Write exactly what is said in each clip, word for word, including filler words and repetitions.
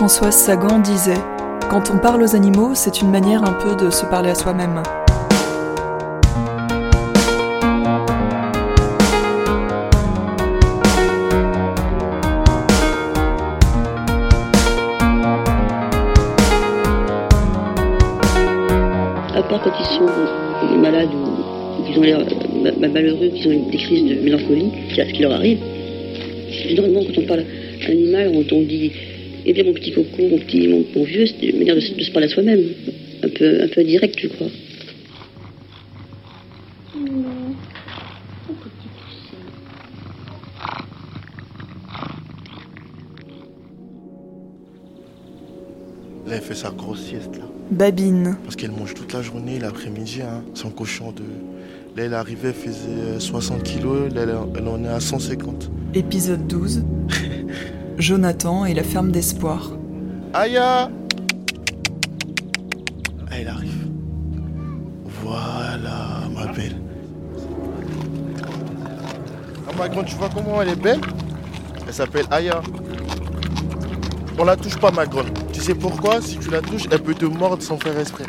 Françoise Sagan disait « Quand on parle aux animaux, c'est une manière un peu de se parler à soi-même ». À part quand ils sont malades ou qu'ils ont l'air malheureux, qu'ils ont des crises de mélancolie, c'est à ce qui leur arrive. Généralement, quand on parle à un animal, on, on dit « Eh bien, mon petit coco, mon petit, mon, mon vieux », c'est une manière de, de se parler à soi-même, un peu, un peu direct, je crois. Non, mon petit poussin. Là, elle fait sa grosse sieste, là. Babine. Parce qu'elle mange toute la journée, l'après-midi, hein. Son cochon de... Là, elle arrivait, elle faisait soixante kilos, là, elle en est à cent cinquante. Épisode douze. Jonathan et la ferme d'espoir. Aya! Ah, elle arrive. Voilà, ma belle. Ah, ma grande, tu vois comment elle est belle? Elle s'appelle Aya. On la touche pas, ma grande. Tu sais pourquoi? Si tu la touches, elle peut te mordre sans faire exprès.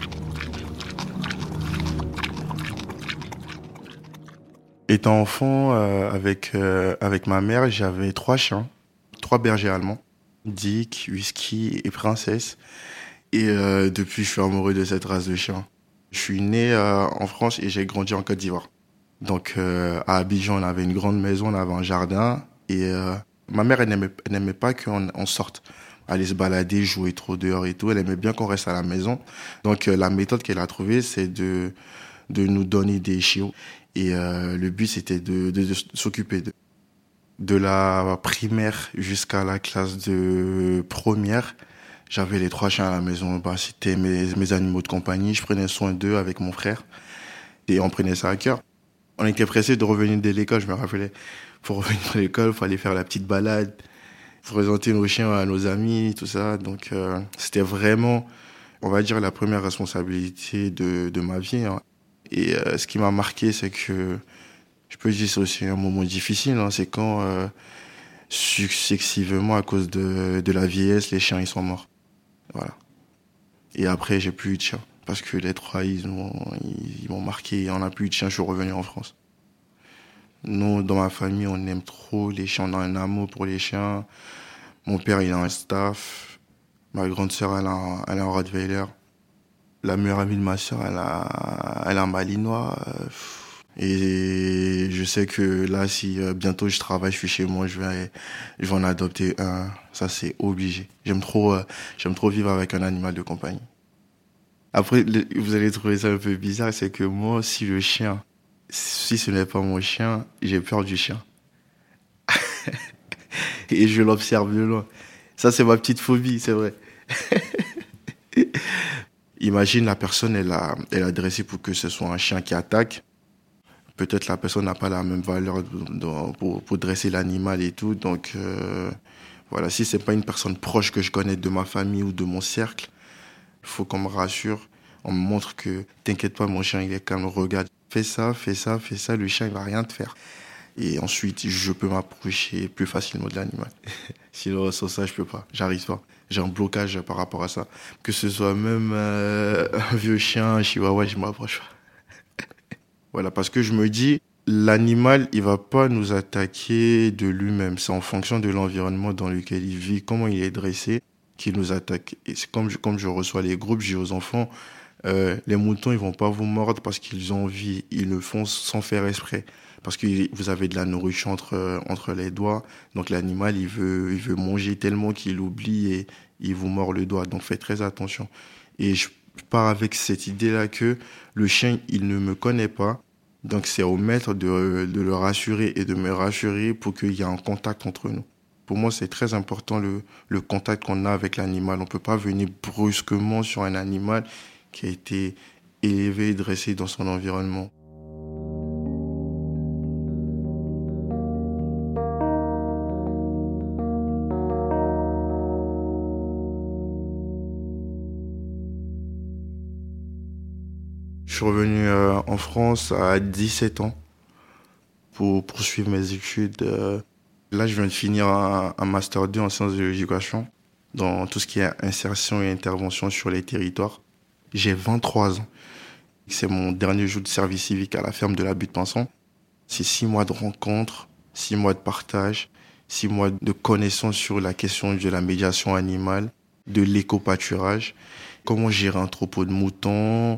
Étant enfant, euh, avec, euh, avec ma mère, j'avais trois chiens, trois bergers allemands, Dick, Husky et Princesse. Et euh, depuis, je suis amoureux de cette race de chiens. Je suis né euh, en France et j'ai grandi en Côte d'Ivoire. Donc euh, à Abidjan, on avait une grande maison, on avait un jardin. Et euh, ma mère, elle n'aimait, elle n'aimait pas qu'on on sorte, aller se balader, jouer trop dehors et tout. Elle aimait bien qu'on reste à la maison. Donc euh, la méthode qu'elle a trouvée, c'est de, de nous donner des chiots. Et euh, le but, c'était de, de, de s'occuper d'eux. De la primaire jusqu'à la classe de première, j'avais les trois chiens à la maison. Bah, c'était mes, mes animaux de compagnie. Je prenais soin d'eux avec mon frère. Et on prenait ça à cœur. On était pressés de revenir de l'école, je me rappelais. Pour revenir de l'école, il fallait faire la petite balade, présenter nos chiens à nos amis, tout ça. Donc, euh, c'était vraiment, on va dire, la première responsabilité de, de ma vie, hein. Et euh, ce qui m'a marqué, c'est que, je peux dire, c'est aussi un moment difficile, hein, c'est quand, euh, successivement, à cause de, de la vieillesse, les chiens, ils sont morts. Voilà. Et après, j'ai plus eu de chiens. Parce que les trois, ils m'ont, ils m'ont marqué. On n'a plus eu de chiens, je suis revenu en France. Nous, dans ma famille, on aime trop les chiens. On a un amour pour les chiens. Mon père, il a un staff. Ma grande sœur, elle a, elle a un Rottweiler. La meilleure amie de ma sœur, elle a, elle a un Malinois. Et je sais que là, si bientôt je travaille, je suis chez moi, je vais, je vais en adopter un. Ça, c'est obligé. J'aime trop, j'aime trop vivre avec un animal de compagnie. Après, vous allez trouver ça un peu bizarre, c'est que moi, si le chien, si ce n'est pas mon chien, j'ai peur du chien. Et je l'observe de loin. Ça, c'est ma petite phobie, c'est vrai. Imagine la personne, elle a, elle a dressé pour que ce soit un chien qui attaque. Peut-être la personne n'a pas la même valeur pour, pour dresser l'animal et tout. Donc, euh, voilà, si c'est pas une personne proche que je connais de ma famille ou de mon cercle, il faut qu'on me rassure, on me montre que t'inquiète pas, mon chien il est calme, regarde, fais ça, fais ça, fais ça, le chien il va rien te faire. Et ensuite, je peux m'approcher plus facilement de l'animal. Sinon, sans ça, je peux pas, j'arrive pas. J'ai un blocage par rapport à ça. Que ce soit même euh, un vieux chien, un chihuahua, je m'approche pas. Voilà, parce que je me dis, l'animal, il va pas nous attaquer de lui-même. C'est en fonction de l'environnement dans lequel il vit, comment il est dressé, qui nous attaquent. Et c'est comme je, comme je reçois les groupes, je dis aux enfants, euh, les moutons, ils vont pas vous mordre parce qu'ils ont envie. Ils le font sans faire exprès. Parce que vous avez de la nourriture entre, entre les doigts. Donc l'animal, il veut, il veut manger tellement qu'il oublie et il vous mord le doigt. Donc faites très attention. Et je pars avec cette idée-là que le chien, il ne me connaît pas. Donc c'est au maître de, de le rassurer et de me rassurer pour qu'il y ait un contact entre nous. Pour moi, c'est très important le, le contact qu'on a avec l'animal. On ne peut pas venir brusquement sur un animal qui a été élevé et dressé dans son environnement. Je suis revenu euh, en France à dix-sept ans pour poursuivre mes études. Euh, là, je viens de finir un, un master deux en sciences de l'éducation. dans tout ce qui est insertion et intervention sur les territoires. J'ai vingt-trois ans. C'est mon dernier jour de service civique à la ferme de la Butte-Pinson. C'est six mois de rencontres, six mois de partage, six mois de connaissances sur la question de la médiation animale, de l'éco-pâturage, comment gérer un troupeau de moutons.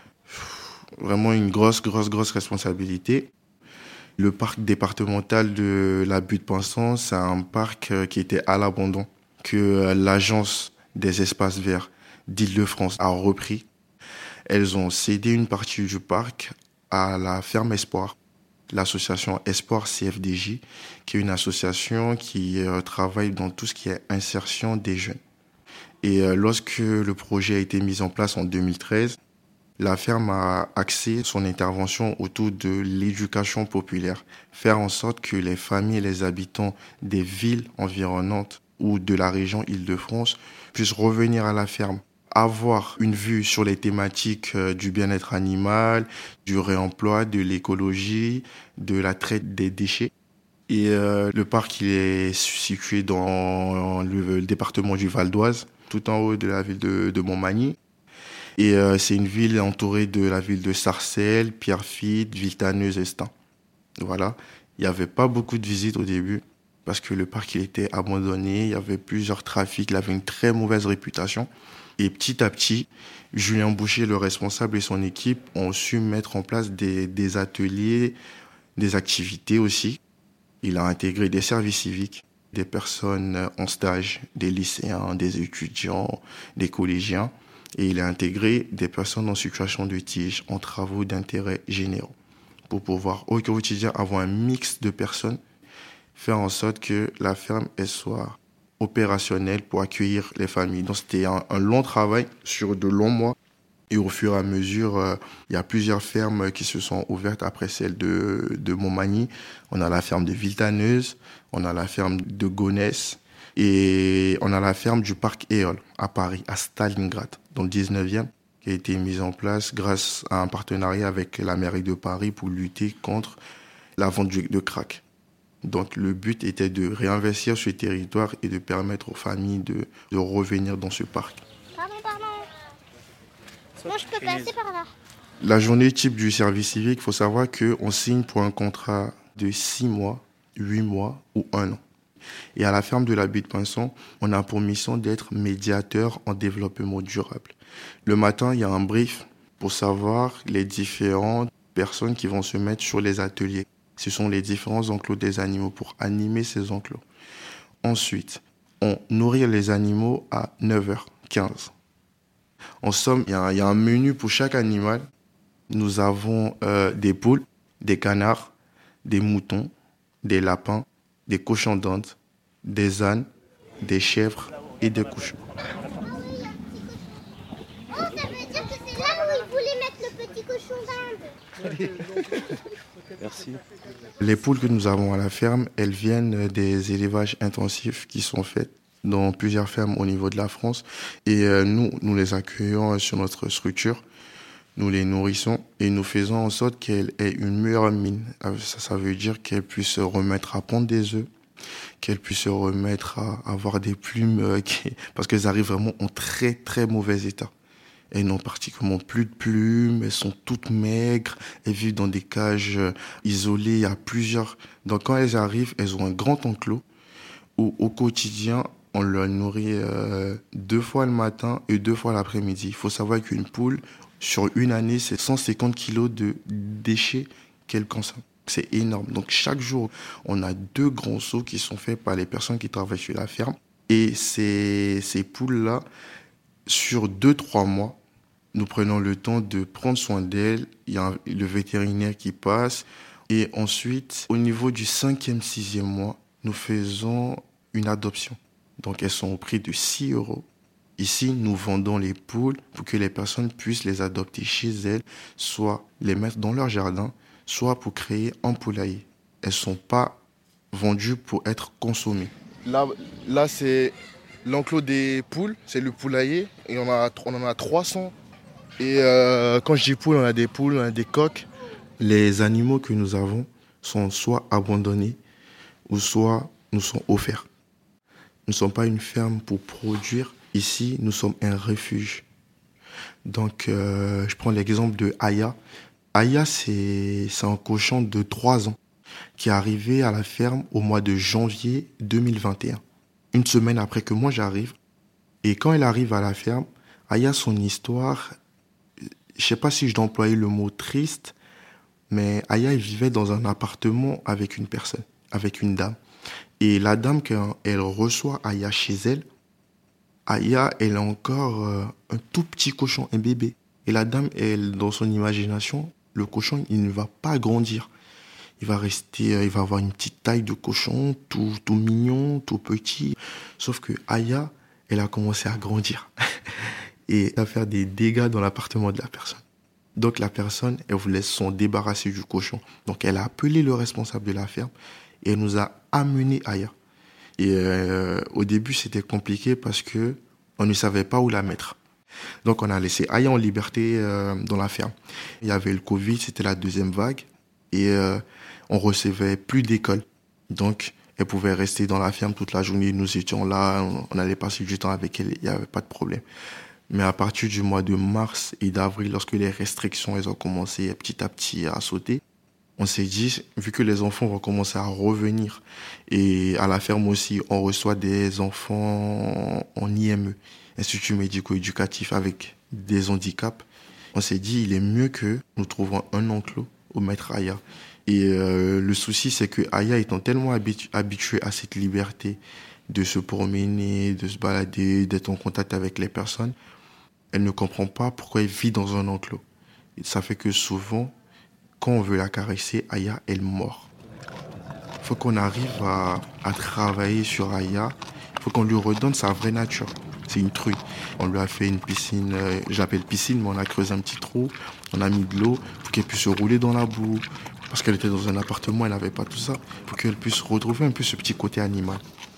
Vraiment une grosse, grosse, grosse responsabilité. Le parc départemental de la Butte-Pinson, c'est un parc qui était à l'abandon, que l'agence des espaces verts d'Île-de-France a repris. Elles ont cédé une partie du parc à la ferme Espoir, l'association Espoir C F D J, qui est une association qui euh, travaille dans tout ce qui est insertion des jeunes. Et euh, lorsque le projet a été mis en place en deux mille treize, la ferme a axé son intervention autour de l'éducation populaire, faire en sorte que les familles et les habitants des villes environnantes ou de la région Île-de-France puissent revenir à la ferme, avoir une vue sur les thématiques du bien-être animal, du réemploi, de l'écologie, de la traite des déchets. Et euh, le parc il est situé dans le département du Val d'Oise, tout en haut de la ville de, de Montmagny. Et euh, c'est une ville entourée de la ville de Sarcelles, Pierrefitte, Villetaneuse et Stains. Voilà. Il n'y avait pas beaucoup de visites au début parce que le parc il était abandonné, il y avait plusieurs trafics, il avait une très mauvaise réputation. Et petit à petit, Julien Boucher, le responsable et son équipe ont su mettre en place des, des ateliers, des activités aussi. Il a intégré des services civiques, des personnes en stage, des lycéens, des étudiants, des collégiens. Et il a intégré des personnes en situation de tige, en travaux d'intérêt généraux, pour pouvoir au quotidien avoir un mix de personnes, faire en sorte que la ferme elle soit opérationnelle pour accueillir les familles. Donc c'était un, un long travail sur de longs mois. Et au fur et à mesure, euh, il y a plusieurs fermes qui se sont ouvertes après celle de, de Montmagny. On a la ferme de Villetaneuse, on a la ferme de Gonesse et on a la ferme du parc Éole à Paris, à Stalingrad, dans le dix-neuvième, qui a été mise en place grâce à un partenariat avec la mairie de Paris pour lutter contre la vente de crack. Donc le but était de réinvestir ce territoire et de permettre aux familles de, de revenir dans ce parc. Pardon, pardon. Moi, je peux passer par là. La journée type du service civique, il faut savoir qu'on signe pour un contrat de six mois, huit mois ou un an. Et à la ferme de la Butte-Pinson, on a pour mission d'être médiateur en développement durable. Le matin, il y a un brief pour savoir les différentes personnes qui vont se mettre sur les ateliers. Ce sont les différents enclos des animaux pour animer ces enclos. Ensuite, on nourrit les animaux à neuf heures quinze. En somme, il y a un, il y a un menu pour chaque animal. Nous avons euh, des poules, des canards, des moutons, des lapins, des cochons d'Inde, des ânes, des chèvres et des cochons. Oh, ça veut dire que c'est là où ils voulaient mettre le petit cochon d'Inde. Merci. Les poules que nous avons à la ferme, elles viennent des élevages intensifs qui sont faits dans plusieurs fermes au niveau de la France. Et euh, nous, nous les accueillons sur notre structure. Nous les nourrissons et nous faisons en sorte qu'elles aient une meilleure mine. Ça, ça veut dire qu'elles puissent se remettre à pondre des œufs, qu'elles puissent se remettre à avoir des plumes, euh, qui... parce qu'elles arrivent vraiment en très très mauvais état. Elles n'ont pratiquement plus de plumes, elles sont toutes maigres, elles vivent dans des cages isolées, il y a plusieurs. Donc quand elles arrivent, elles ont un grand enclos où au quotidien, on leur nourrit euh, deux fois le matin et deux fois l'après-midi. Il faut savoir qu'une poule, sur une année, c'est cent cinquante kilos de déchets qu'elle consomme. C'est énorme. Donc chaque jour, on a deux grands seaux qui sont faits par les personnes qui travaillent sur la ferme. Et ces, ces poules-là, sur deux, trois mois, nous prenons le temps de prendre soin d'elles. Il y a un, le vétérinaire qui passe. Et ensuite, au niveau du cinquième, sixième mois, nous faisons une adoption. Donc elles sont au prix de six euros. Ici, nous vendons les poules pour que les personnes puissent les adopter chez elles, soit les mettre dans leur jardin, soit pour créer un poulailler. Elles ne sont pas vendues pour être consommées. Là, là c'est l'enclos des poules, c'est le poulailler. Et on, a, on en a trois cents. Et euh, quand je dis poules, on a des poules, on a des coqs. Les animaux que nous avons sont soit abandonnés ou soit nous sont offerts. Nous ne sommes pas une ferme pour produire. Ici, nous sommes un refuge. Donc, euh, je prends l'exemple de Aya. Aya, c'est, c'est un cochon de trois ans qui est arrivé à la ferme au mois de janvier deux mille vingt et un. Une semaine après que moi j'arrive. Et quand elle arrive à la ferme, Aya, son histoire, je sais pas si je dois employer le mot triste, mais Aya, elle vivait dans un appartement avec une personne, avec une dame. Et la dame, quand elle reçoit Aya chez elle, Aya, elle a encore euh, un tout petit cochon, un bébé. Et la dame, elle, dans son imagination, le cochon, il ne va pas grandir. Il va rester, euh, il va avoir une petite taille de cochon, tout, tout mignon, tout petit. Sauf que Aya, elle a commencé à grandir et à faire des dégâts dans l'appartement de la personne. Donc la personne, elle voulait s'en débarrasser du cochon. Donc elle a appelé le responsable de la ferme et elle nous a amené Aya. Et euh, au début, c'était compliqué parce que on ne savait pas où la mettre. Donc on a laissé Aya en liberté euh, dans la ferme. Il y avait le Covid, c'était la deuxième vague et euh, on recevait plus d'école. Donc elle pouvait rester dans la ferme toute la journée. Nous étions là, on allait passer du temps avec elle, il n'y avait pas de problème. Mais à partir du mois de mars et d'avril, lorsque les restrictions elles ont commencé petit à petit à sauter, on s'est dit, vu que les enfants vont commencer à revenir, et à la ferme aussi, on reçoit des enfants en I M E, Institut médico-éducatif avec des handicaps, on s'est dit, il est mieux que nous trouvons un enclos au maître Aya. Et euh, le souci, c'est que Aya étant tellement habitu- habituée à cette liberté de se promener, de se balader, d'être en contact avec les personnes, elle ne comprend pas pourquoi elle vit dans un enclos. Et ça fait que souvent, quand on veut la caresser, Aya, elle mord. Il faut qu'on arrive à, à travailler sur Aya. Il faut qu'on lui redonne sa vraie nature. C'est une truie. On lui a fait une piscine, euh, j'appelle piscine, mais on a creusé un petit trou. On a mis de l'eau pour qu'elle puisse se rouler dans la boue. Parce qu'elle était dans un appartement, elle n'avait pas tout ça. Pour qu'elle puisse retrouver un peu ce petit côté animal.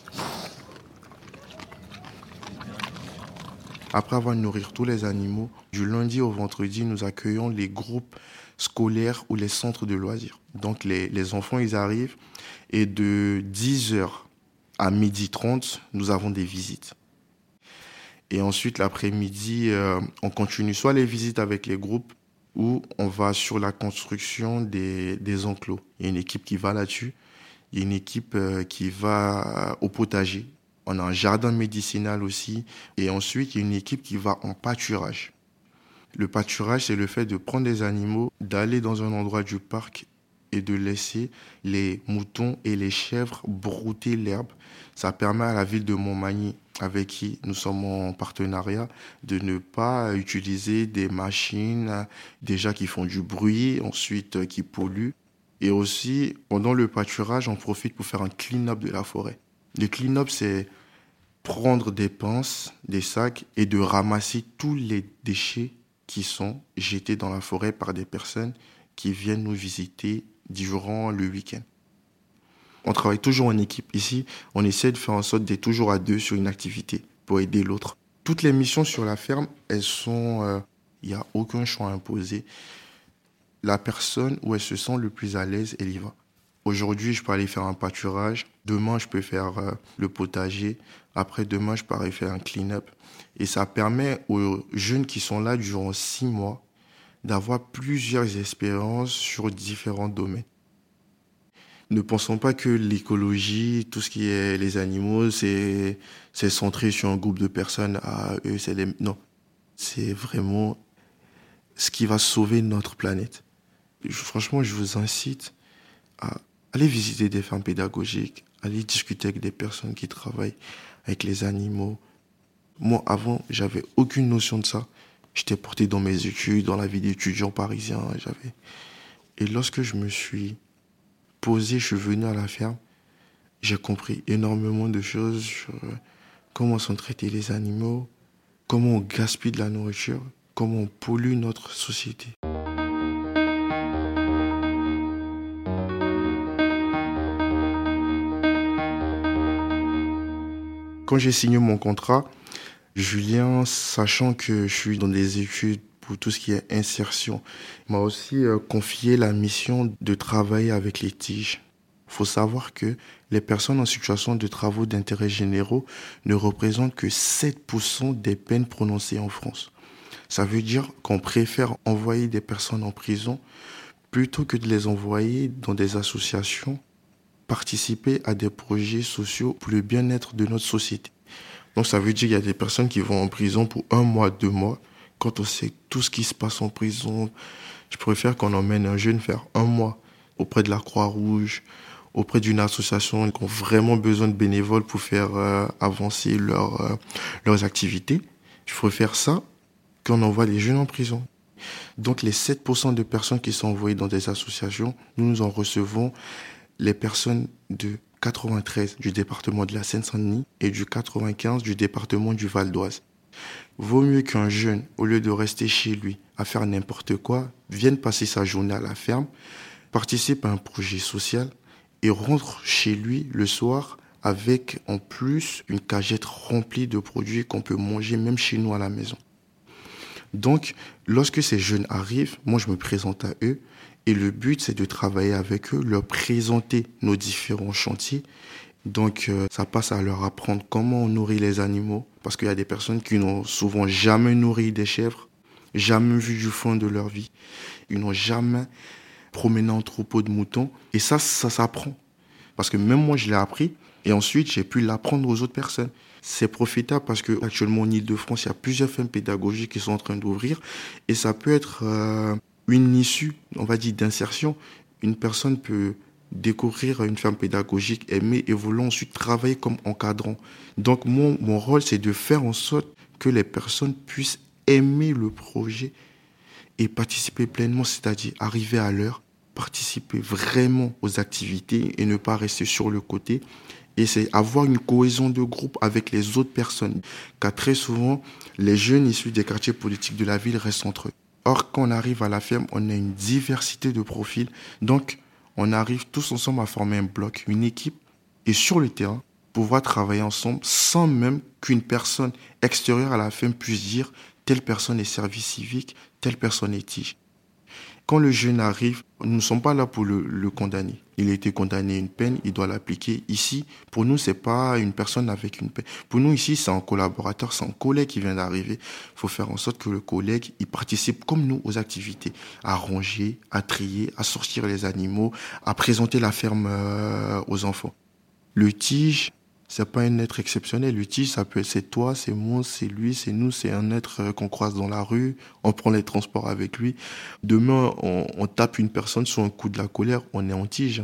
Après avoir nourri tous les animaux, du lundi au vendredi, nous accueillons les groupes scolaires ou les centres de loisirs. Donc les, les enfants, ils arrivent et de dix heures à midi trente, nous avons des visites. Et ensuite, l'après-midi, euh, on continue soit les visites avec les groupes ou on va sur la construction des, des enclos. Il y a une équipe qui va là-dessus. Il y a une équipe euh, qui va au potager. On a un jardin médicinal aussi. Et ensuite, il y a une équipe qui va en pâturage. Le pâturage, c'est le fait de prendre des animaux, d'aller dans un endroit du parc et de laisser les moutons et les chèvres brouter l'herbe. Ça permet à la ville de Montmagny, avec qui nous sommes en partenariat, de ne pas utiliser des machines déjà qui font du bruit, ensuite qui polluent. Et aussi, pendant le pâturage, on profite pour faire un clean-up de la forêt. Le clean-up, c'est prendre des pinces, des sacs et de ramasser tous les déchets qui sont jetés dans la forêt par des personnes qui viennent nous visiter durant le week-end. On travaille toujours en équipe. Ici, on essaie de faire en sorte d'être toujours à deux sur une activité pour aider l'autre. Toutes les missions sur la ferme, elles sont... Euh, il n'y a aucun choix imposé. La personne où elle se sent le plus à l'aise, elle y va. Aujourd'hui, je peux aller faire un pâturage. Demain, je peux faire euh, le potager. Après, demain, je peux aller faire un clean-up. Et ça permet aux jeunes qui sont là durant six mois d'avoir plusieurs expériences sur différents domaines. Ne pensons pas que l'écologie, tout ce qui est les animaux, c'est, c'est centré sur un groupe de personnes. Ah, eux, c'est les... Non, c'est vraiment ce qui va sauver notre planète. Franchement, je vous incite à aller visiter des fermes pédagogiques, aller discuter avec des personnes qui travaillent avec les animaux. Moi, avant, j'avais aucune notion de ça. J'étais porté dans mes études, dans la vie d'étudiant parisien. J'avais... Et lorsque je me suis posé, je suis venu à la ferme, j'ai compris énormément de choses sur comment sont traités les animaux, comment on gaspille de la nourriture, comment on pollue notre société. Quand j'ai signé mon contrat, Julien, sachant que je suis dans des études pour tout ce qui est insertion, m'a aussi euh, confié la mission de travailler avec les tiges. Il Il faut savoir que les personnes en situation de travaux d'intérêt généraux ne représentent que sept pour cent des peines prononcées en France. Ça veut dire qu'on préfère envoyer des personnes en prison plutôt que de les envoyer dans des associations, participer à des projets sociaux pour le bien-être de notre société. Donc ça veut dire qu'il y a des personnes qui vont en prison pour un mois, deux mois. Quand on sait tout ce qui se passe en prison, je préfère qu'on emmène un jeune faire un mois auprès de la Croix-Rouge, auprès d'une association qui ont vraiment besoin de bénévoles pour faire euh, avancer leur, euh, leurs activités. Je préfère ça qu'on envoie les jeunes en prison. Donc les sept pour cent de personnes qui sont envoyées dans des associations, nous nous en recevons les personnes de quatre-vingt-treize du département de la Seine-Saint-Denis et du quatre-vingt-quinze du département du Val d'Oise. Vaut mieux qu'un jeune, au lieu de rester chez lui à faire n'importe quoi, vienne passer sa journée à la ferme, participe à un projet social et rentre chez lui le soir avec en plus une cagette remplie de produits qu'on peut manger même chez nous à la maison. Donc, lorsque ces jeunes arrivent, moi je me présente à eux et le but c'est de travailler avec eux, leur présenter nos différents chantiers. Donc, euh, ça passe à leur apprendre comment on nourrit les animaux parce qu'il y a des personnes qui n'ont souvent jamais nourri des chèvres, jamais vu du foin de leur vie. Ils n'ont jamais promené en troupeau de moutons et ça, ça s'apprend. Parce que même moi je l'ai appris et ensuite j'ai pu l'apprendre aux autres personnes. C'est profitable parce qu'actuellement en Ile-de-France, il y a plusieurs fermes pédagogiques qui sont en train d'ouvrir et ça peut être euh, une issue, on va dire, d'insertion. Une personne peut découvrir une ferme pédagogique, aimer et vouloir ensuite travailler comme encadrant. Donc mon, mon rôle, c'est de faire en sorte que les personnes puissent aimer le projet et participer pleinement, c'est-à-dire arriver à l'heure, participer vraiment aux activités et ne pas rester sur le côté. Et c'est avoir une cohésion de groupe avec les autres personnes. Car très souvent, les jeunes issus des quartiers politiques de la ville restent entre eux. Or, quand on arrive à la ferme, on a une diversité de profils. Donc, on arrive tous ensemble à former un bloc, une équipe. Et sur le terrain, pouvoir travailler ensemble sans même qu'une personne extérieure à la ferme puisse dire telle personne est service civique, telle personne est tige. Quand le jeune arrive, nous ne sommes pas là pour le, le condamner. Il a été condamné à une peine, il doit l'appliquer. Ici, pour nous, c'est pas une personne avec une peine. Pour nous, ici, c'est un collaborateur, c'est un collègue qui vient d'arriver. Il faut faire en sorte que le collègue, il participe comme nous aux activités, à ranger, à trier, à sortir les animaux, à présenter la ferme euh, aux enfants. Le tige, c'est pas un être exceptionnel. Le tige, ça peut être c'est toi, c'est moi, c'est lui, c'est nous, c'est un être qu'on croise dans la rue, on prend les transports avec lui. Demain, on, on tape une personne sur un coup de la colère, on est en tige.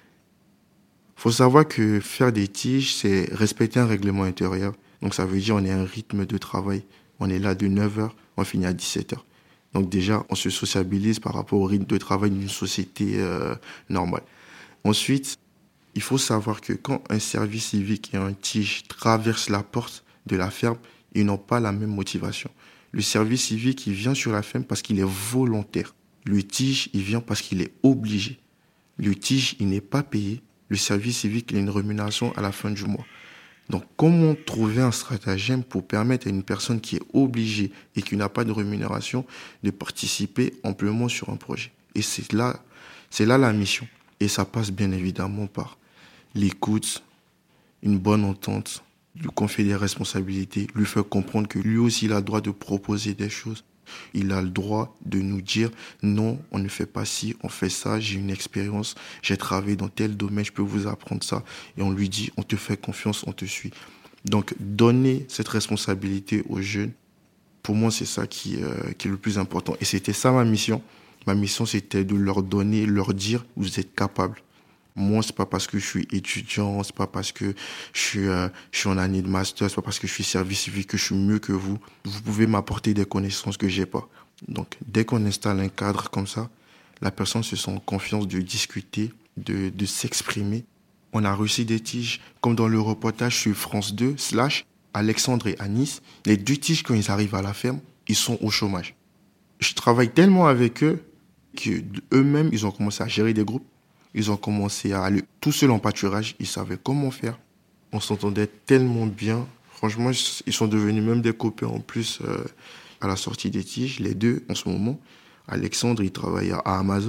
Faut savoir que faire des tiges, c'est respecter un règlement intérieur. Donc ça veut dire on est un rythme de travail. On est là de neuf heures, on finit à dix-sept heures. Donc déjà, on se sociabilise par rapport au rythme de travail d'une société euh, normale. Ensuite, il faut savoir que quand un service civique et un tige traversent la porte de la ferme, ils n'ont pas la même motivation. Le service civique, il vient sur la ferme parce qu'il est volontaire. Le tige, il vient parce qu'il est obligé. Le tige, il n'est pas payé. Le service civique, il a une rémunération à la fin du mois. Donc, comment trouver un stratagème pour permettre à une personne qui est obligée et qui n'a pas de rémunération de participer amplement sur un projet? Et c'est là, c'est là la mission. Et ça passe bien évidemment par l'écoute, une bonne entente, lui confier des responsabilités, lui faire comprendre que lui aussi il a le droit de proposer des choses. Il a le droit de nous dire non, on ne fait pas ci, on fait ça, j'ai une expérience, j'ai travaillé dans tel domaine, je peux vous apprendre ça. Et on lui dit, on te fait confiance, on te suit. Donc donner cette responsabilité aux jeunes, pour moi c'est ça qui, euh, qui est le plus important. Et c'était ça ma mission. Ma mission c'était de leur donner, leur dire, vous êtes capables. Moi, c'est pas parce que je suis étudiant, c'est pas parce que je suis, euh, je suis en année de master, c'est pas parce que je suis service civique que je suis mieux que vous. Vous pouvez m'apporter des connaissances que j'ai pas. Donc, dès qu'on installe un cadre comme ça, la personne se sent en confiance de discuter, de, de s'exprimer. On a reçu des tiges, comme dans le reportage sur France deux, slash, Alexandre et Anis. Les deux tiges, quand ils arrivent à la ferme, ils sont au chômage. Je travaille tellement avec eux qu'eux-mêmes, ils ont commencé à gérer des groupes. Ils ont commencé à aller tout seuls en pâturage. Ils savaient comment faire. On s'entendait tellement bien. Franchement, ils sont devenus même des copains en plus euh, à la sortie des tiges. Les deux, en ce moment. Alexandre, il travaille à Amazon.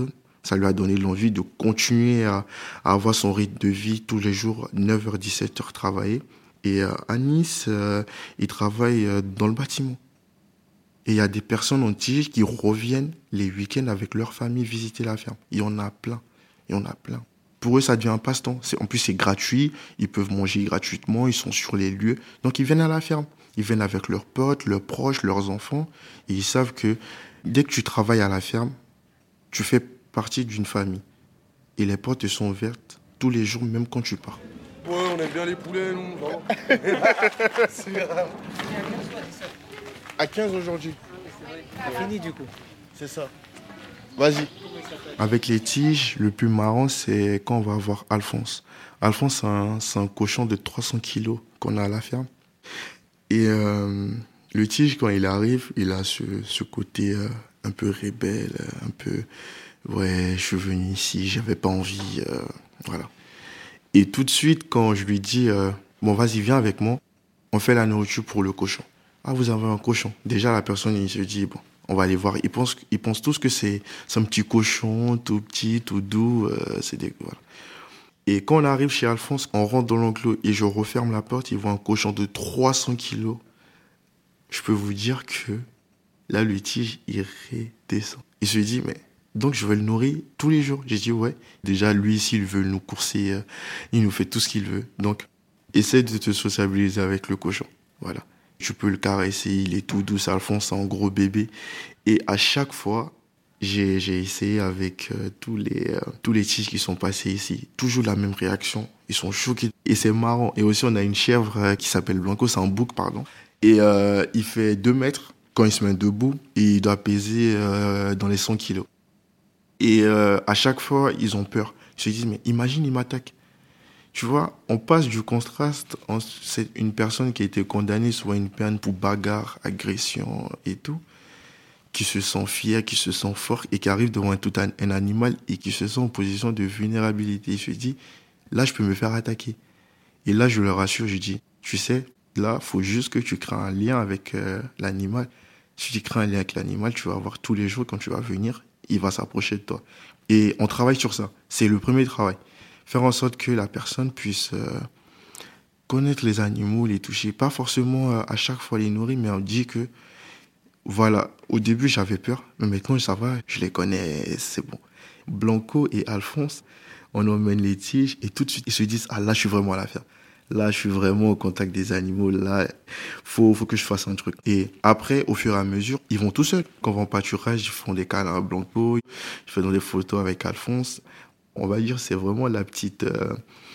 Ça lui a donné l'envie de continuer à, à avoir son rythme de vie tous les jours, neuf heures dix-sept heures travailler. Et euh, à Nice, euh, il travaille euh, dans le bâtiment. Et il y a des personnes en tige qui reviennent les week-ends avec leur famille visiter la ferme. Il y en a plein. Il y en a plein. Pour eux, ça devient un passe-temps. C'est, en plus, c'est gratuit. Ils peuvent manger gratuitement. Ils sont sur les lieux. Donc, ils viennent à la ferme. Ils viennent avec leurs potes, leurs proches, leurs enfants. Et ils savent que dès que tu travailles à la ferme, tu fais partie d'une famille. Et les portes te sont ouvertes tous les jours, même quand tu pars. Ouais, on aime bien les poulets, nous. Vraiment. C'est grave. À quinze aujourd'hui. C'est fini du coup. C'est ça. Vas-y. Avec les tiges, le plus marrant, c'est quand on va voir Alphonse. Alphonse, c'est un, c'est un cochon de trois cents kilos qu'on a à la ferme. Et euh, le tige, quand il arrive, il a ce, ce côté euh, un peu rebelle, un peu... Ouais, je suis venu ici, j'avais pas envie, euh, voilà. Et tout de suite, quand je lui dis, euh, bon, vas-y, viens avec moi, on fait la nourriture pour le cochon. Ah, vous avez un cochon. Déjà, la personne, il se dit, bon, on va aller voir. Ils pensent, ils pensent tous que c'est, c'est un petit cochon, tout petit, tout doux, euh, c'est des, voilà. Et quand on arrive chez Alphonse, on rentre dans l'enclos et je referme la porte, il voit un cochon de trois cents kilos. Je peux vous dire que là, le tige, il redescend. Il se dit, mais donc je vais le nourrir tous les jours. J'ai dit, ouais. Déjà, lui, s'il veut nous courser, euh, il nous fait tout ce qu'il veut. Donc, essaie de te sociabiliser avec le cochon. Voilà. Tu peux le caresser, il est tout doux. Alphonse, c'est un gros bébé. Et à chaque fois, j'ai, j'ai essayé avec euh, tous les, euh, tous les tiges qui sont passés ici. Toujours la même réaction. Ils sont choqués. Et c'est marrant. Et aussi, on a une chèvre euh, qui s'appelle Blanco, c'est un bouc, pardon. Et euh, il fait deux mètres quand il se met debout. Et il doit peser euh, dans les cent kilos. Et euh, à chaque fois, ils ont peur. Ils se disent, mais imagine, il m'attaque. Tu vois, on passe du contraste, en, c'est une personne qui a été condamnée soit une peine pour bagarre, agression et tout, qui se sent fier, qui se sent fort et qui arrive devant un, tout un, un animal et qui se sent en position de vulnérabilité. Il se dit, là, je peux me faire attaquer. Et là, je le rassure, je dis, tu sais, là, il faut juste que tu crées un lien avec euh, l'animal. Si tu crées un lien avec l'animal, tu vas voir tous les jours quand tu vas venir, il va s'approcher de toi. Et on travaille sur ça. C'est le premier travail. Faire en sorte que la personne puisse euh, connaître les animaux, les toucher. Pas forcément euh, à chaque fois les nourrir, mais on dit que, voilà, au début j'avais peur, mais maintenant ça va, je les connais, c'est bon. Blanco et Alphonse, on emmène les tiges et tout de suite ils se disent, ah là je suis vraiment à la ferme. Là je suis vraiment au contact des animaux, là faut, faut que je fasse un truc. Et après, au fur et à mesure, ils vont tout seuls. Quand on va en pâturage, ils font des câlins à Blanco, ils font des photos avec Alphonse. On va dire c'est vraiment la petite, euh,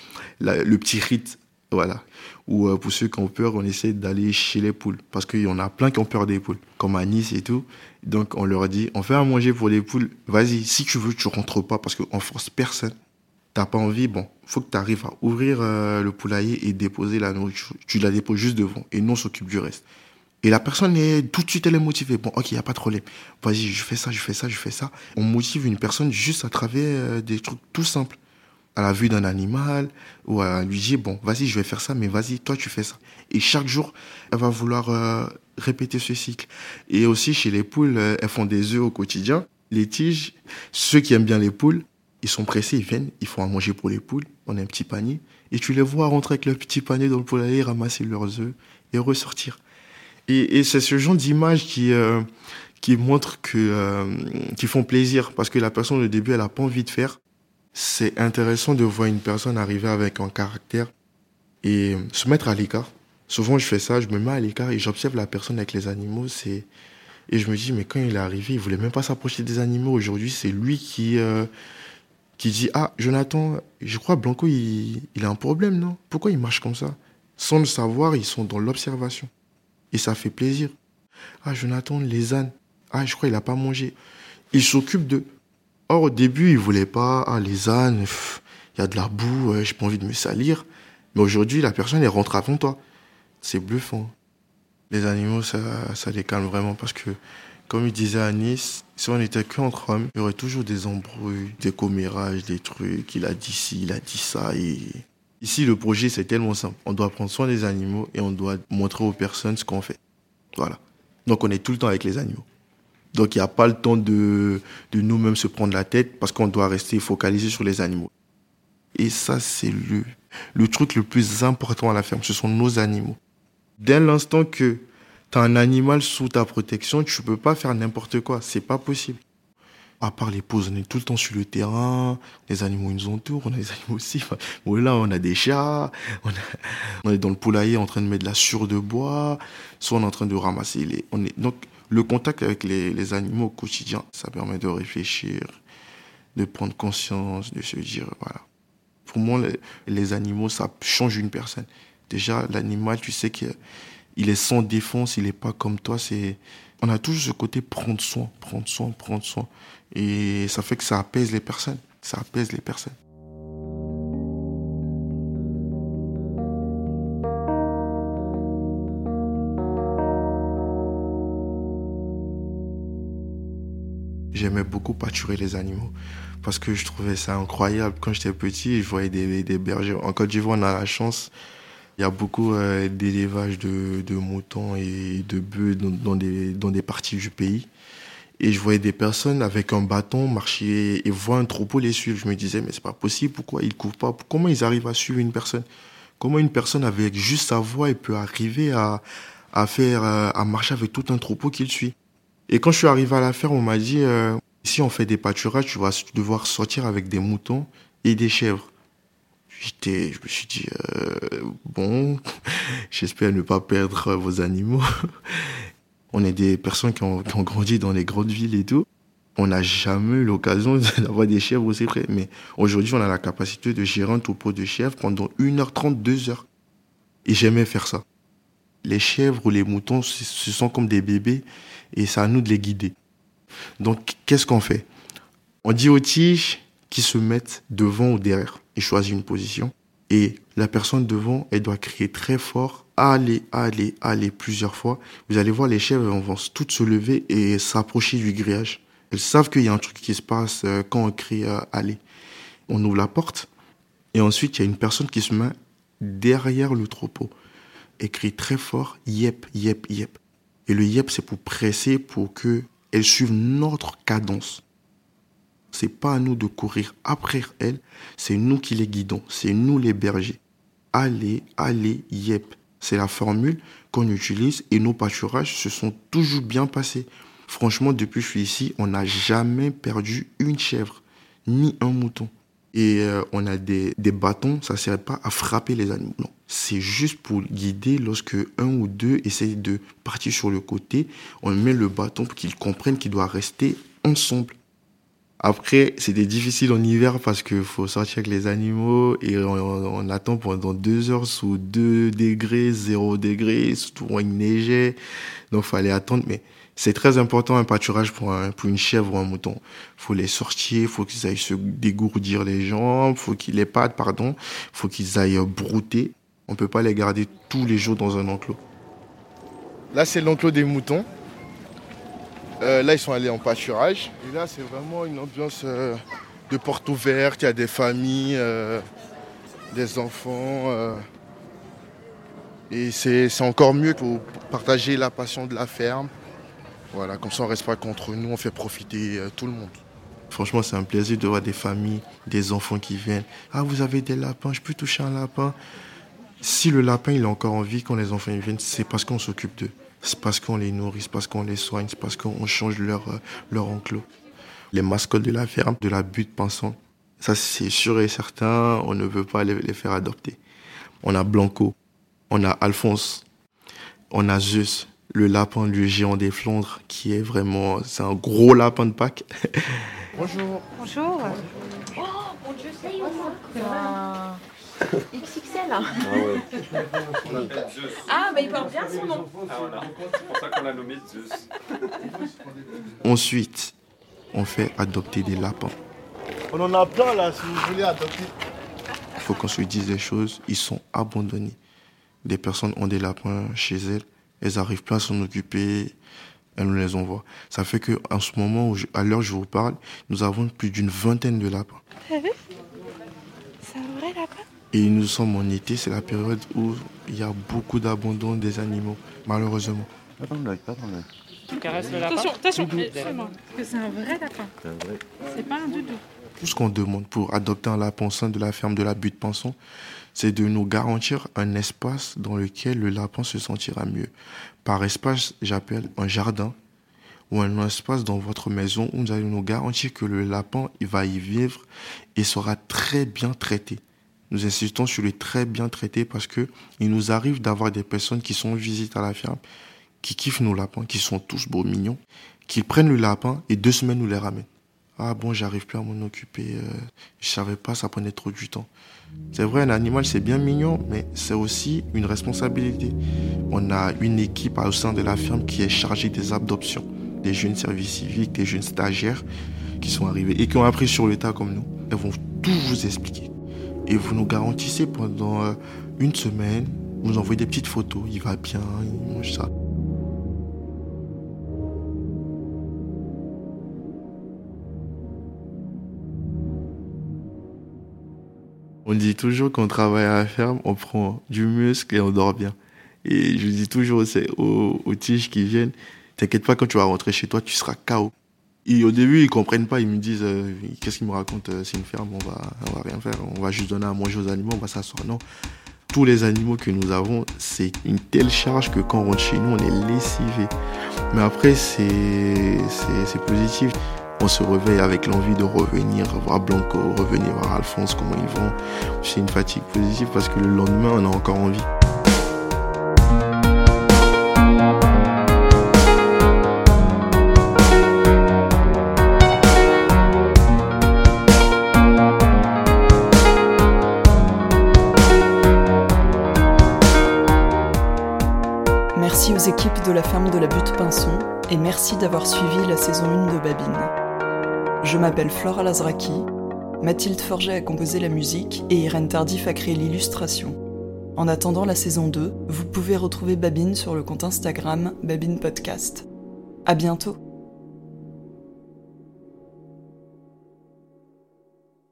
la, le petit rite, voilà. Ou euh, pour ceux qui ont peur, on essaie d'aller chez les poules. Parce qu'il y en a plein qui ont peur des poules, comme à Nice et tout. Donc on leur dit, on fait à manger pour les poules. Vas-y, si tu veux, tu rentres pas parce qu'on force personne. T'as pas envie, bon, faut que tu arrives à ouvrir euh, le poulailler et déposer la nourriture. Tu la déposes juste devant et nous on s'occupe du reste. Et la personne est tout de suite elle est motivée. Bon, ok, y a pas de problème. Vas-y, je fais ça, je fais ça, je fais ça. On motive une personne juste à travers euh, des trucs tout simples. À la vue d'un animal, ou à lui dire, bon, vas-y, je vais faire ça, mais vas-y, toi, tu fais ça. Et chaque jour, elle va vouloir euh, répéter ce cycle. Et aussi, chez les poules, euh, elles font des œufs au quotidien. Les tiges, ceux qui aiment bien les poules, ils sont pressés, ils viennent, ils font à manger pour les poules. On a un petit panier. Et tu les vois rentrer avec leur petit panier dans le poulailler, ramasser leurs œufs et ressortir. Et, et c'est ce genre d'images qui, euh, qui montrent que, euh, qui font plaisir. Parce que la personne, au début, elle n'a pas envie de faire. C'est intéressant de voir une personne arriver avec un caractère et se mettre à l'écart. Souvent, je fais ça, je me mets à l'écart et j'observe la personne avec les animaux. C'est... Et je me dis, mais quand il est arrivé, il voulait même pas s'approcher des animaux. Aujourd'hui, c'est lui qui, euh, qui dit, ah, Jonathan, je crois Blanco, il, il a un problème, non? Pourquoi il marche comme ça? Sans le savoir, ils sont dans l'observation. Et ça fait plaisir. Ah, Jonathan, les ânes. Ah, je crois qu'il a pas mangé. Il s'occupe d'eux. Or, au début, il voulait pas, ah, les ânes, il y a de la boue, euh, j'ai pas envie de me salir. Mais aujourd'hui, la personne, elle rentre avant toi. C'est bluffant. Les animaux, ça, ça les calme vraiment parce que, comme il disait à Nice, si on était qu'entre hommes, il y aurait toujours des embrouilles, des commérages, des trucs. Il a dit ci, il a dit ça. Et... Ici, le projet, c'est tellement simple. On doit prendre soin des animaux et on doit montrer aux personnes ce qu'on fait. Voilà. Donc, on est tout le temps avec les animaux. Donc il n'y a pas le temps de, de nous-mêmes se prendre la tête parce qu'on doit rester focalisé sur les animaux. Et ça, c'est le, le truc le plus important à la ferme, ce sont nos animaux. Dès l'instant que tu as un animal sous ta protection, tu ne peux pas faire n'importe quoi, c'est pas possible. À part les pauses, on est tout le temps sur le terrain, les animaux ils nous entourent, on a des animaux aussi. Bon, là, on a des chats, on, a, on est dans le poulailler en train de mettre de la sciure de bois, soit on est en train de ramasser les... On est, donc, le contact avec les, les animaux au quotidien, ça permet de réfléchir, de prendre conscience, de se dire, voilà. Pour moi, les, les animaux, ça change une personne. Déjà, l'animal, tu sais qu'il est sans défense, il n'est pas comme toi. C'est... On a toujours ce côté prendre soin, prendre soin, prendre soin. Et ça fait que ça apaise les personnes. Ça apaise les personnes. J'aimais beaucoup pâturer les animaux parce que je trouvais ça incroyable. Quand j'étais petit, je voyais des, des bergers. En Côte d'Ivoire, on a la chance. Il y a beaucoup euh, d'élevage de, de moutons et de bœufs dans, dans, des, dans des parties du pays. Et je voyais des personnes avec un bâton marcher et voir un troupeau les suivre. Je me disais, mais c'est pas possible, pourquoi ils ne courent pas? Comment ils arrivent à suivre une personne? Comment une personne avec juste sa voix elle peut arriver à, à, faire, à marcher avec tout un troupeau qu'il suit? Et quand je suis arrivé à la ferme, on m'a dit, euh, si on fait des pâturages, tu vas devoir sortir avec des moutons et des chèvres. J'étais, je me suis dit, euh, bon, j'espère ne pas perdre vos animaux. On est des personnes qui ont, qui ont grandi dans les grandes villes et tout. On n'a jamais eu l'occasion d'avoir des chèvres aussi près. Mais aujourd'hui, on a la capacité de gérer un troupeau de chèvres pendant une heure trente, deux heures. Et j'aimais faire ça. Les chèvres ou les moutons, ce sont comme des bébés et c'est à nous de les guider. Donc, qu'est-ce qu'on fait? On dit aux tiges qu'ils se mettent devant ou derrière. Ils choisissent une position. Et la personne devant, elle doit crier très fort, allez, allez, allez, plusieurs fois. Vous allez voir, les chèvres elles vont toutes se lever et s'approcher du grillage. Elles savent qu'il y a un truc qui se passe quand on crie euh, allez. On ouvre la porte et ensuite, il y a une personne qui se met derrière le troupeau et crie très fort, yep, yep, yep. Et le yep, c'est pour presser, pour qu'elles suivent notre cadence. C'est pas à nous de courir après elles, c'est nous qui les guidons, c'est nous les bergers. Allez, allez, yep. C'est la formule qu'on utilise et nos pâturages se sont toujours bien passés. Franchement, depuis que je suis ici, on n'a jamais perdu une chèvre, ni un mouton. Et euh, on a des, des bâtons, ça ne sert pas à frapper les animaux. Non, c'est juste pour guider lorsque un ou deux essayent de partir sur le côté. On met le bâton pour qu'ils comprennent qu'ils doivent rester ensemble. Après, c'était difficile en hiver parce qu'il faut sortir avec les animaux et on, on attend pendant deux heures sous deux degrés, zéro degré, surtout quand il neigeait. Donc, il fallait attendre. Mais c'est très important un pâturage pour, un, pour une chèvre ou un mouton. Il faut les sortir, il faut qu'ils aillent se dégourdir les jambes, faut qu'ils, les pattes, pardon, il faut qu'ils aillent brouter. On ne peut pas les garder tous les jours dans un enclos. Là, c'est l'enclos des moutons. Euh, là, ils sont allés en pâturage. Et là, c'est vraiment une ambiance euh, de porte ouverte. Il y a des familles, euh, des enfants. Euh, et c'est, c'est encore mieux pour partager la passion de la ferme. Voilà, comme ça, on ne reste pas contre nous, on fait profiter euh, tout le monde. Franchement, c'est un plaisir de voir des familles, des enfants qui viennent. Ah, vous avez des lapins, je peux toucher un lapin. Si le lapin il est encore en vie quand les enfants viennent, c'est parce qu'on s'occupe d'eux. C'est parce qu'on les nourrit, c'est parce qu'on les soigne, c'est parce qu'on change leur, leur enclos. Les mascottes de la ferme, de la butte pensante, ça c'est sûr et certain, on ne veut pas les, les faire adopter. On a Blanco, on a Alphonse, on a Zeus, le lapin, le géant des Flandres, qui est vraiment, c'est un gros lapin de Pâques. Bonjour. Bonjour. Oh, mon Dieu, c'est un X X L. Ah ouais. Ah, bah il porte bien son nom. Ah voilà, c'est pour ça qu'on l'a nommé Zeus. Ensuite, on fait adopter des lapins. On en a plein là, si vous voulez adopter. Il faut qu'on se dise des choses, ils sont abandonnés. Des personnes ont des lapins chez elles, elles n'arrivent pas à s'en occuper, elles nous les envoient. Ça fait qu'en ce moment, où je, à l'heure où je vous parle, nous avons plus d'une vingtaine de lapins. T'as vu? C'est un vrai lapin? Et nous sommes en été, c'est la période où il y a beaucoup d'abandon des animaux, malheureusement. Pas dans l'œil, pas dans l'œil. Tu caresses le lapin. Attention, attention, suis-moi. Parce que c'est un vrai lapin. C'est un vrai. C'est pas un doudou. Tout ce qu'on demande pour adopter un lapin au sein de la ferme de la Butte Pinson, c'est de nous garantir un espace dans lequel le lapin se sentira mieux. Par espace, j'appelle un jardin ou un espace dans votre maison où vous allez nous garantir que le lapin il va y vivre et sera très bien traité. Nous insistons sur le très bien traité parce que il nous arrive d'avoir des personnes qui sont en visite à la ferme, qui kiffent nos lapins, qui sont tous beaux, mignons, qui prennent le lapin et deux semaines nous les ramènent. Ah bon, j'arrive plus à m'en occuper, euh, je savais pas, ça prenait trop du temps. C'est vrai, un animal c'est bien mignon, mais c'est aussi une responsabilité. On a une équipe au sein de la ferme qui est chargée des adoptions, des jeunes services civiques, des jeunes stagiaires qui sont arrivés et qui ont appris sur le tas comme nous. Elles vont tout vous expliquer. Et vous nous garantissez pendant euh, une semaine, vous nous envoyez des petites photos, il va bien, il mange ça. On dit toujours qu'on travaille à la ferme, on prend du muscle et on dort bien. Et je dis toujours aux, aux tiges qui viennent, t'inquiète pas, quand tu vas rentrer chez toi, tu seras K O. Et au début, ils comprennent pas, ils me disent, euh, qu'est-ce qu'ils me racontent, c'est une ferme, on va, on va rien faire, on va juste donner à manger aux animaux, on va s'asseoir. Non, tous les animaux que nous avons, c'est une telle charge que quand on rentre chez nous, on est lessivé. Mais après, c'est, c'est, c'est positif. On se réveille avec l'envie de revenir voir Blanco, revenir voir Alphonse, comment ils vont. C'est une fatigue positive parce que le lendemain, on a encore envie. Merci aux équipes de la ferme de la Butte Pinson et merci d'avoir suivi la saison un de Babine. Je m'appelle Flora Lazraki, Mathilde Forget a composé la musique et Irène Tardif a créé l'illustration. En attendant la saison deux, vous pouvez retrouver Babine sur le compte Instagram Babine Podcast. À bientôt.